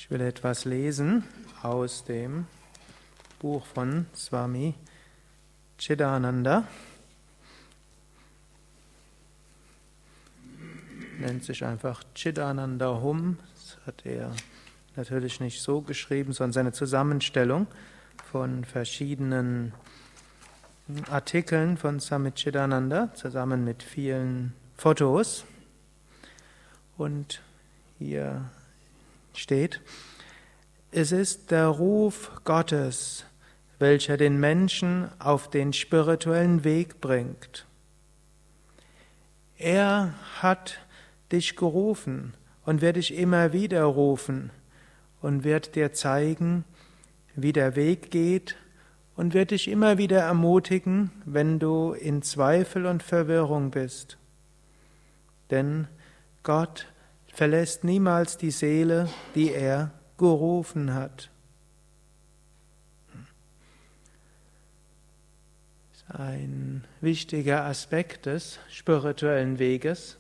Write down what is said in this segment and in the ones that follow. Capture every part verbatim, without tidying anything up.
Ich will etwas lesen aus dem Buch von Swami Chidananda. Nennt sich einfach Chidananda Hum. Das hat er natürlich nicht so geschrieben, sondern seine Zusammenstellung von verschiedenen Artikeln von Swami Chidananda zusammen mit vielen Fotos. Und hier steht: Es ist der Ruf Gottes, welcher den Menschen auf den spirituellen Weg bringt. Er hat dich gerufen und wird dich immer wieder rufen und wird dir zeigen, wie der Weg geht, und wird dich immer wieder ermutigen, wenn du in Zweifel und Verwirrung bist. Denn Gott verlässt niemals die Seele, die er gerufen hat. Das ist ein wichtiger Aspekt des spirituellen Weges.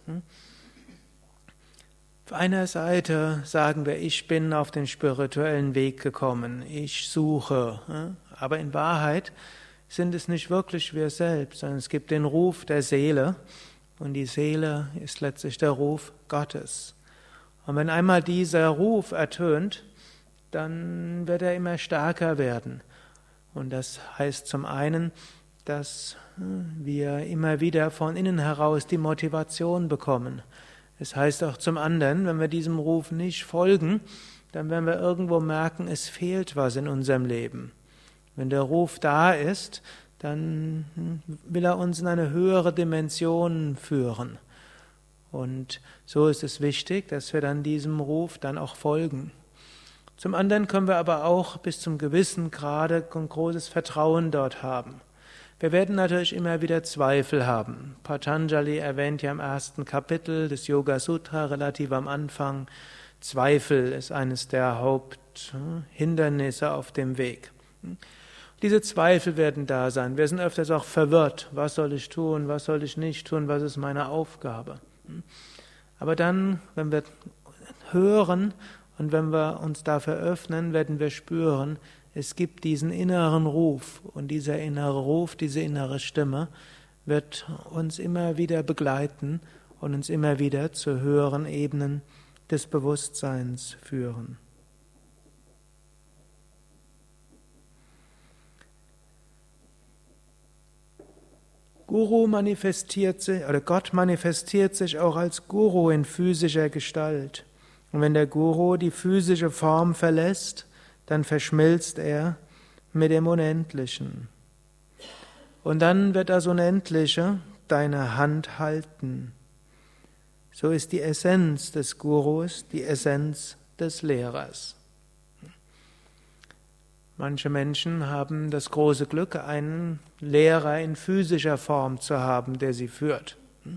Auf einer Seite sagen wir, ich bin auf den spirituellen Weg gekommen, ich suche. Aber in Wahrheit sind es nicht wirklich wir selbst, sondern es gibt den Ruf der Seele, und die Seele ist letztlich der Ruf Gottes. Und wenn einmal dieser Ruf ertönt, dann wird er immer stärker werden. Und das heißt zum einen, dass wir immer wieder von innen heraus die Motivation bekommen. Es heißt auch zum anderen, wenn wir diesem Ruf nicht folgen, dann werden wir irgendwo merken, es fehlt was in unserem Leben. Wenn der Ruf da ist, dann will er uns in eine höhere Dimension führen. Und so ist es wichtig, dass wir dann diesem Ruf dann auch folgen. Zum anderen können wir aber auch bis zum gewissen Grade ein großes Vertrauen dort haben. Wir werden natürlich immer wieder Zweifel haben. Patanjali erwähnt ja im ersten Kapitel des Yoga Sutra relativ am Anfang, Zweifel ist eines der Haupthindernisse auf dem Weg. Diese Zweifel werden da sein. Wir sind öfters auch verwirrt. Was soll ich tun? Was soll ich nicht tun? Was ist meine Aufgabe? Aber dann, wenn wir hören und wenn wir uns dafür öffnen, werden wir spüren, es gibt diesen inneren Ruf, und dieser innere Ruf, diese innere Stimme wird uns immer wieder begleiten und uns immer wieder zu höheren Ebenen des Bewusstseins führen. Guru manifestiert sich, oder Gott manifestiert sich auch als Guru in physischer Gestalt. Und wenn der Guru die physische Form verlässt, dann verschmilzt er mit dem Unendlichen. Und dann wird das Unendliche deine Hand halten. So ist die Essenz des Gurus die Essenz des Lehrers. Manche Menschen haben das große Glück, einen Lehrer in physischer Form zu haben, der sie führt.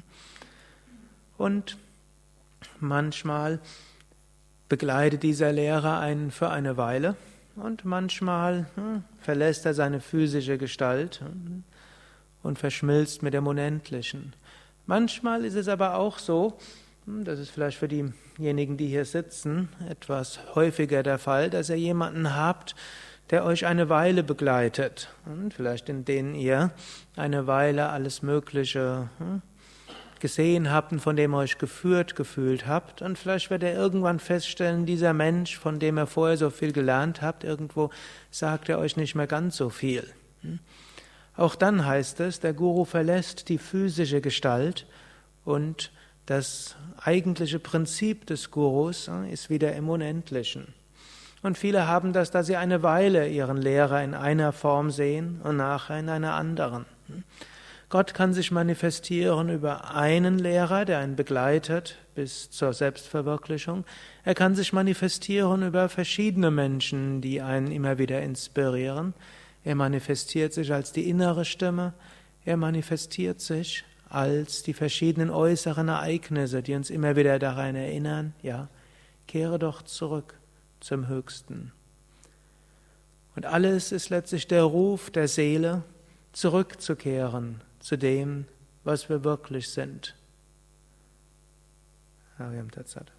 Und manchmal begleitet dieser Lehrer einen für eine Weile, und manchmal hm, verlässt er seine physische Gestalt hm, und verschmilzt mit dem Unendlichen. Manchmal ist es aber auch so, hm, das ist vielleicht für diejenigen, die hier sitzen, etwas häufiger der Fall, dass ihr jemanden habt, der euch eine Weile begleitet, und vielleicht in denen ihr eine Weile alles Mögliche hm, gesehen habt und von dem ihr euch geführt, gefühlt habt, und vielleicht werdet ihr irgendwann feststellen, dieser Mensch, von dem ihr vorher so viel gelernt habt, irgendwo sagt er euch nicht mehr ganz so viel. Auch dann heißt es, der Guru verlässt die physische Gestalt, und das eigentliche Prinzip des Gurus ist wieder im Unendlichen. Und viele haben das, dass sie eine Weile ihren Lehrer in einer Form sehen und nachher in einer anderen. Gott kann sich manifestieren über einen Lehrer, der einen begleitet bis zur Selbstverwirklichung. Er kann sich manifestieren über verschiedene Menschen, die einen immer wieder inspirieren. Er manifestiert sich als die innere Stimme. Er manifestiert sich als die verschiedenen äußeren Ereignisse, die uns immer wieder daran erinnern, ja, kehre doch zurück zum Höchsten. Und alles ist letztlich der Ruf der Seele, zurückzukehren zu dem, was wir wirklich sind. Hariam Tat Sat.